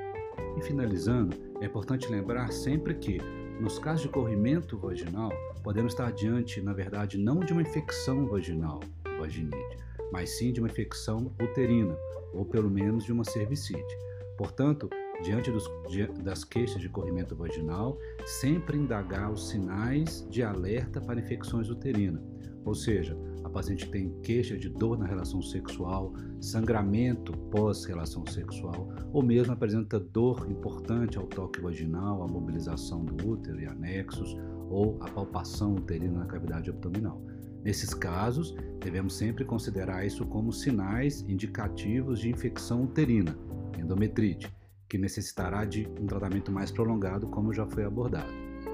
E finalizando, é importante lembrar sempre que, nos casos de corrimento vaginal, podemos estar diante, na verdade, não de uma infecção vaginal, vaginite, mas sim de uma infecção uterina, ou pelo menos de uma cervicite. Portanto, diante das queixas de corrimento vaginal, sempre indagar os sinais de alerta para infecções uterinas, ou seja, a paciente tem queixa de dor na relação sexual, sangramento pós-relação sexual, ou mesmo apresenta dor importante ao toque vaginal, à mobilização do útero e anexos, ou a palpação uterina na cavidade abdominal. Nesses casos, devemos sempre considerar isso como sinais indicativos de infecção uterina, endometrite, que necessitará de um tratamento mais prolongado, como já foi abordado.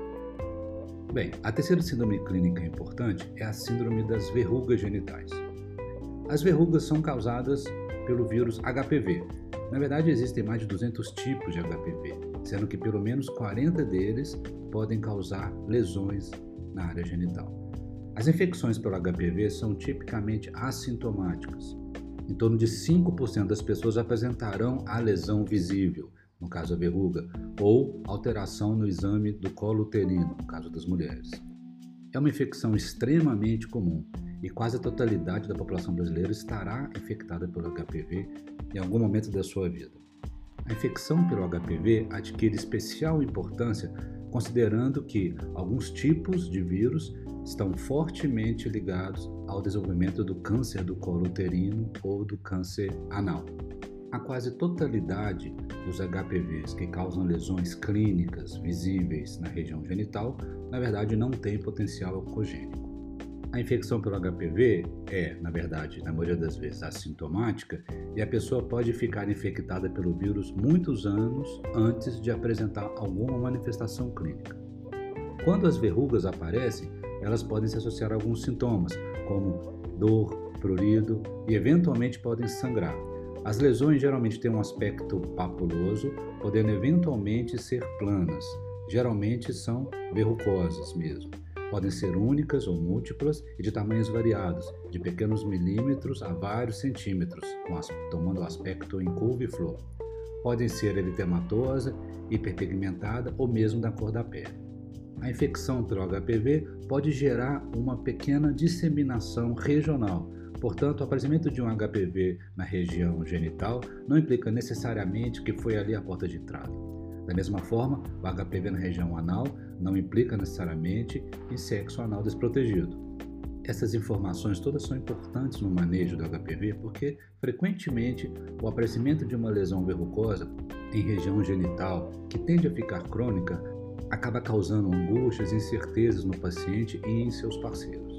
Bem, a terceira síndrome clínica importante é a síndrome das verrugas genitais. As verrugas são causadas pelo vírus HPV. Na verdade, existem mais de 200 tipos de HPV, sendo que pelo menos 40 deles podem causar lesões na área genital. As infecções pelo HPV são tipicamente assintomáticas. Em torno de 5% das pessoas apresentarão a lesão visível, no caso a verruga, ou alteração no exame do colo uterino, no caso das mulheres. É uma infecção extremamente comum e quase a totalidade da população brasileira estará infectada pelo HPV em algum momento da sua vida. A infecção pelo HPV adquire especial importância considerando que alguns tipos de vírus estão fortemente ligados ao desenvolvimento do câncer do colo uterino ou do câncer anal. A quase totalidade dos HPVs que causam lesões clínicas visíveis na região genital, na verdade, não tem potencial oncogênico. A infecção pelo HPV é, na verdade, na maioria das vezes, assintomática e a pessoa pode ficar infectada pelo vírus muitos anos antes de apresentar alguma manifestação clínica. Quando as verrugas aparecem, elas podem se associar a alguns sintomas, como dor, prurido e eventualmente podem sangrar. As lesões geralmente têm um aspecto papuloso, podendo eventualmente ser planas. Geralmente são verrucosas mesmo. Podem ser únicas ou múltiplas e de tamanhos variados, de pequenos milímetros a vários centímetros, tomando aspecto em couve-flor. Podem ser eritematosa, hiperpigmentada ou mesmo da cor da pele. A infecção pelo HPV pode gerar uma pequena disseminação regional. Portanto, o aparecimento de um HPV na região genital não implica necessariamente que foi ali a porta de entrada. Da mesma forma, o HPV na região anal não implica necessariamente em sexo anal desprotegido. Essas informações todas são importantes no manejo do HPV porque, frequentemente, o aparecimento de uma lesão verrucosa em região genital, que tende a ficar crônica, acaba causando angústias e incertezas no paciente e em seus parceiros.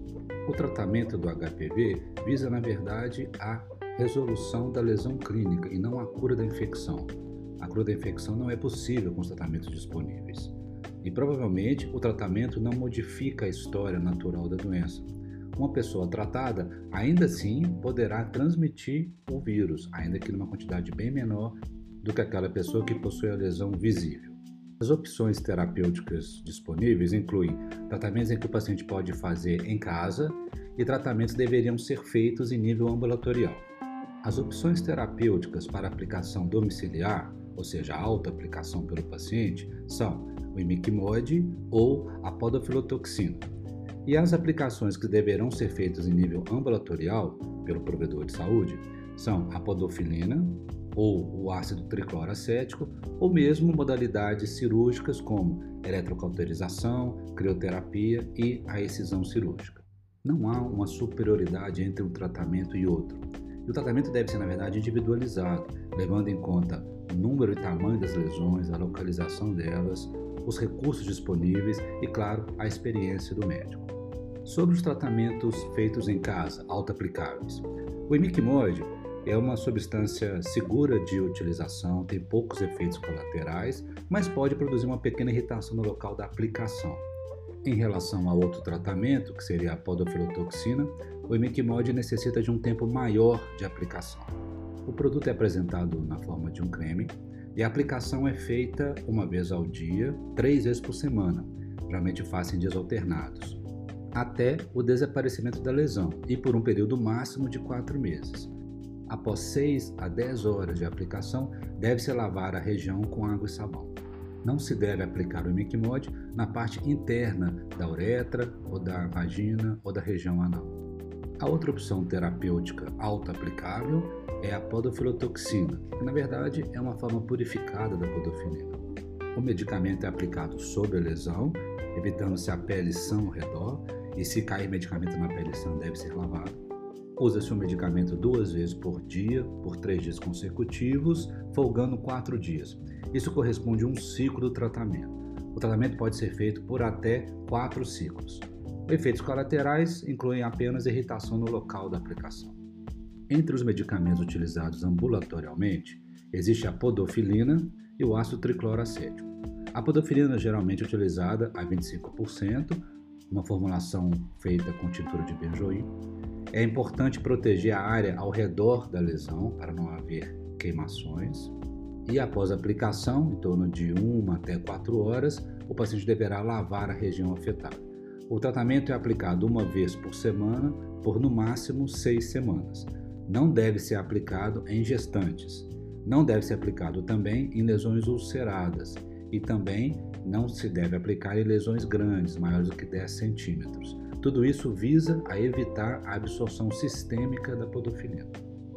O tratamento do HPV visa, na verdade, a resolução da lesão clínica e não a cura da infecção. A cura da infecção não é possível com os tratamentos disponíveis. E provavelmente o tratamento não modifica a história natural da doença. Uma pessoa tratada ainda assim poderá transmitir o vírus, ainda que numa quantidade bem menor do que aquela pessoa que possui a lesão visível. As opções terapêuticas disponíveis incluem tratamentos em que o paciente pode fazer em casa e tratamentos deveriam ser feitos em nível ambulatorial. As opções terapêuticas para aplicação domiciliar, ou seja, autoaplicação pelo paciente, são o imiquimod ou a podofilotoxina. E as aplicações que deverão ser feitas em nível ambulatorial pelo provedor de saúde são a podofilina ou o ácido tricloroacético, ou mesmo modalidades cirúrgicas como eletrocauterização, crioterapia e a excisão cirúrgica. Não há uma superioridade entre um tratamento e outro. E o tratamento deve ser, na verdade, individualizado, levando em conta o número e tamanho das lesões, a localização delas, os recursos disponíveis e, claro, a experiência do médico. Sobre os tratamentos feitos em casa, autoaplicáveis. O imiquimod é uma substância segura de utilização, tem poucos efeitos colaterais, mas pode produzir uma pequena irritação no local da aplicação. Em relação a outro tratamento, que seria a podofilotoxina, o imiquimod necessita de um tempo maior de aplicação. O produto é apresentado na forma de um creme e a aplicação é feita uma vez ao dia, 3 vezes por semana, geralmente feita em dias alternados, até o desaparecimento da lesão e por um período máximo de 4 meses. Após 6 a 10 horas de aplicação, deve-se lavar a região com água e sabão. Não se deve aplicar o imiquimod na parte interna da uretra, ou da vagina, ou da região anal. A outra opção terapêutica autoaplicável é a podofilotoxina, que na verdade é uma forma purificada da podofilina. O medicamento é aplicado sobre a lesão, evitando-se a pele sã ao redor, e se cair medicamento na pele sã deve ser lavado. Usa-se o medicamento 2 vezes por dia, por 3 dias consecutivos, folgando 4 dias. Isso corresponde a um ciclo do tratamento. O tratamento pode ser feito por até 4 ciclos. Efeitos colaterais incluem apenas irritação no local da aplicação. Entre os medicamentos utilizados ambulatorialmente, existe a podofilina e o ácido tricloroacético. A podofilina é geralmente utilizada a 25%, uma formulação feita com tintura de benjoim. É importante proteger a área ao redor da lesão para não haver queimações. E após a aplicação, em torno de 1 até 4 horas, o paciente deverá lavar a região afetada. O tratamento é aplicado uma vez por semana, por no máximo 6 semanas. Não deve ser aplicado em gestantes. Não deve ser aplicado também em lesões ulceradas. E também não se deve aplicar em lesões grandes, maiores do que 10 centímetros. Tudo isso visa a evitar a absorção sistêmica da podofilina.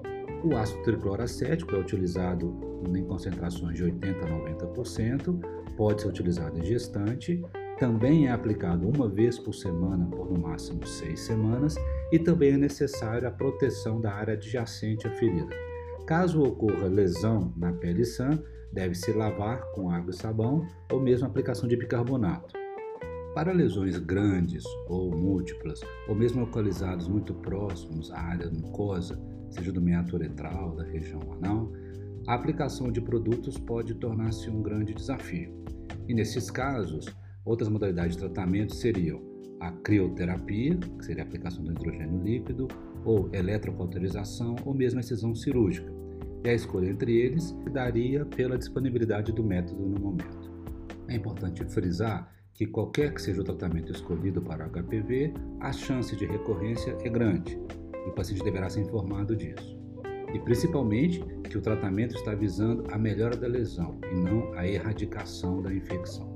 O ácido tricloroacético é utilizado em concentrações de 80 a 90%, pode ser utilizado em gestante, também é aplicado uma vez por semana por no máximo 6 semanas e também é necessária a proteção da área adjacente à ferida. Caso ocorra lesão na pele sã, deve-se lavar com água e sabão ou mesmo aplicação de bicarbonato. Para lesões grandes ou múltiplas, ou mesmo localizados muito próximos à área mucosa, seja do meato uretral, da região anal, a aplicação de produtos pode tornar-se um grande desafio. E nesses casos, outras modalidades de tratamento seriam a crioterapia, que seria a aplicação do hidrogênio líquido, ou eletrocauterização, ou mesmo a excisão cirúrgica. E a escolha entre eles se daria pela disponibilidade do método no momento. É importante frisar que qualquer que seja o tratamento escolhido para o HPV, a chance de recorrência é grande e o paciente deverá ser informado disso. E principalmente que o tratamento está visando a melhora da lesão e não a erradicação da infecção.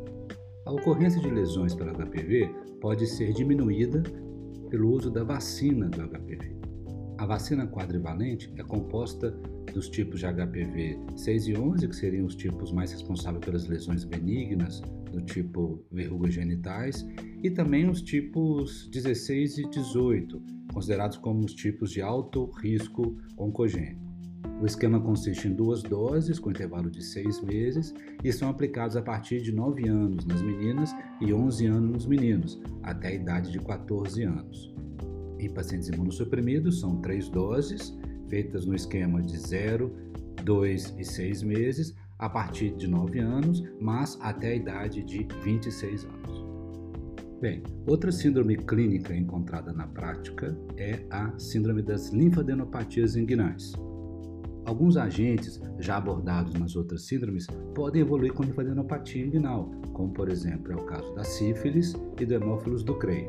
A ocorrência de lesões pelo HPV pode ser diminuída pelo uso da vacina do HPV. A vacina quadrivalente é composta dos tipos de HPV 6 e 11, que seriam os tipos mais responsáveis pelas lesões benignas, do tipo verrugas genitais, e também os tipos 16 e 18, considerados como os tipos de alto risco oncogênico. O esquema consiste em 2 doses, com intervalo de 6 meses, e são aplicados a partir de 9 anos nas meninas e 11 anos nos meninos, até a idade de 14 anos. Em pacientes imunossuprimidos, são 3 doses, feitas no esquema de 0, 2 e 6 meses, a partir de 9 anos, mas até a idade de 26 anos. Bem, outra síndrome clínica encontrada na prática é a síndrome das linfadenopatias inguinais. Alguns agentes já abordados nas outras síndromes podem evoluir com linfadenopatia inguinal, como por exemplo é o caso da sífilis e do hemófilos Ducrey.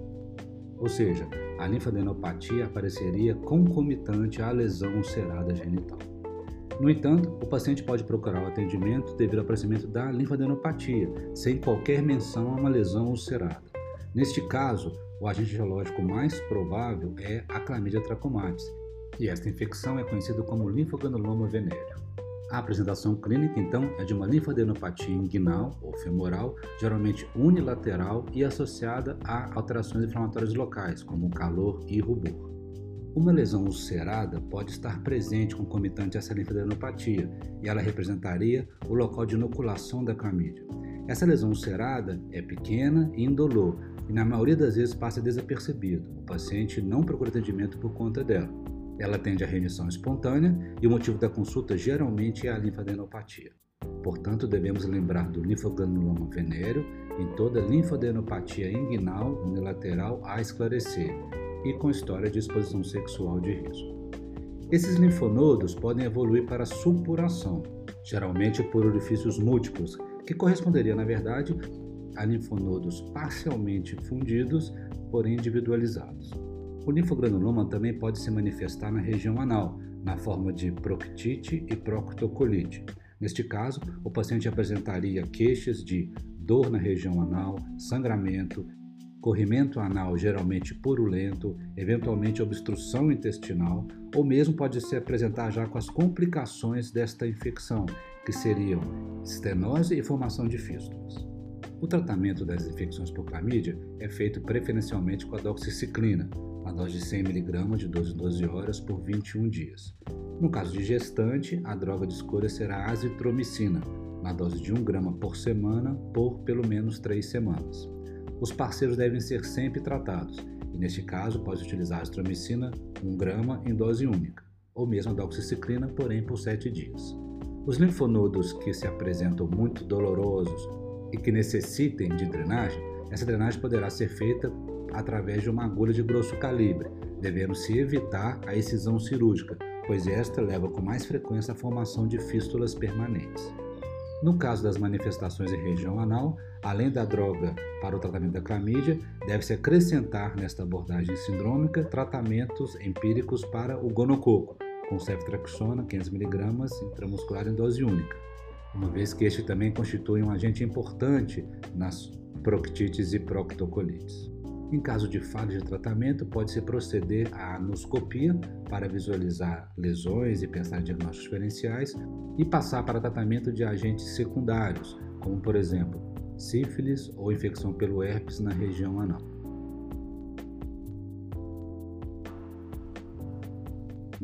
Ou seja, a linfadenopatia apareceria concomitante à lesão ulcerada genital. No entanto, o paciente pode procurar o atendimento devido ao aparecimento da linfadenopatia, sem qualquer menção a uma lesão ulcerada. Neste caso, o agente etiológico mais provável é a Chlamydia trachomatis, e esta infecção é conhecida como linfogranuloma venéreo. A apresentação clínica, então, é de uma linfadenopatia inguinal ou femoral, geralmente unilateral e associada a alterações inflamatórias locais, como calor e rubor. Uma lesão ulcerada pode estar presente concomitante a essa linfadenopatia, e ela representaria o local de inoculação da clamídia. Essa lesão ulcerada é pequena e indolor, e na maioria das vezes passa desapercebido. O paciente não procura atendimento por conta dela. Ela tende à remissão espontânea e o motivo da consulta geralmente é a linfadenopatia. Portanto, devemos lembrar do linfogranuloma venéreo em toda linfadenopatia inguinal unilateral a esclarecer e com história de exposição sexual de risco. Esses linfonodos podem evoluir para supuração, geralmente por orifícios múltiplos, que corresponderia, na verdade, a linfonodos parcialmente fundidos, porém individualizados. O linfogranuloma também pode se manifestar na região anal, na forma de proctite e proctocolite. Neste caso, o paciente apresentaria queixas de dor na região anal, sangramento, corrimento anal geralmente purulento, eventualmente obstrução intestinal, ou mesmo pode se apresentar já com as complicações desta infecção, que seriam estenose e formação de fístulas. O tratamento das infecções por clamídia é feito preferencialmente com a doxiciclina, a dose de 100 mg de 12 em 12 horas por 21 dias. No caso de gestante, a droga de escolha será a azitromicina, na dose de 1 grama por semana por pelo menos 3 semanas. Os parceiros devem ser sempre tratados, e neste caso pode utilizar a azitromicina 1 grama em dose única, ou mesmo a doxiciclina, porém por 7 dias. Os linfonodos que se apresentam muito dolorosos e que necessitem de drenagem, essa drenagem poderá ser feita através de uma agulha de grosso calibre, devendo-se evitar a excisão cirúrgica, pois esta leva com mais frequência à formação de fístulas permanentes. No caso das manifestações em região anal, além da droga para o tratamento da clamídia, deve-se acrescentar nesta abordagem sindrômica tratamentos empíricos para o gonococo, com ceftriaxona 500 mg intramuscular em dose única, uma vez que este também constitui um agente importante nas proctites e proctocolites. Em caso de falha de tratamento, pode-se proceder à anoscopia para visualizar lesões e pensar em diagnósticos diferenciais e passar para tratamento de agentes secundários, como por exemplo, sífilis ou infecção pelo herpes na região anal. Bem,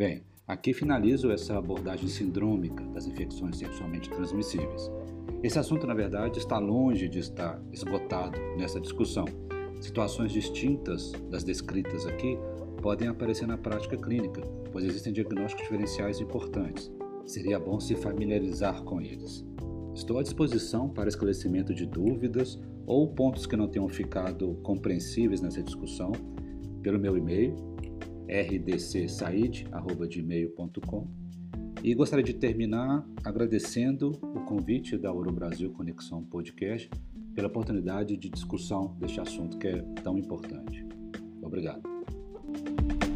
Aqui finalizo essa abordagem sindrômica das infecções sexualmente transmissíveis. Esse assunto, na verdade, está longe de estar esgotado nessa discussão. Situações distintas das descritas aqui podem aparecer na prática clínica, pois existem diagnósticos diferenciais importantes. Seria bom se familiarizar com eles. Estou à disposição para esclarecimento de dúvidas ou pontos que não tenham ficado compreensíveis nessa discussão pelo meu e-mail rdcsaid@gmail.com, e gostaria de terminar agradecendo o convite da Ouro Brasil Conexão Podcast pela oportunidade de discussão deste assunto que é tão importante. Obrigado.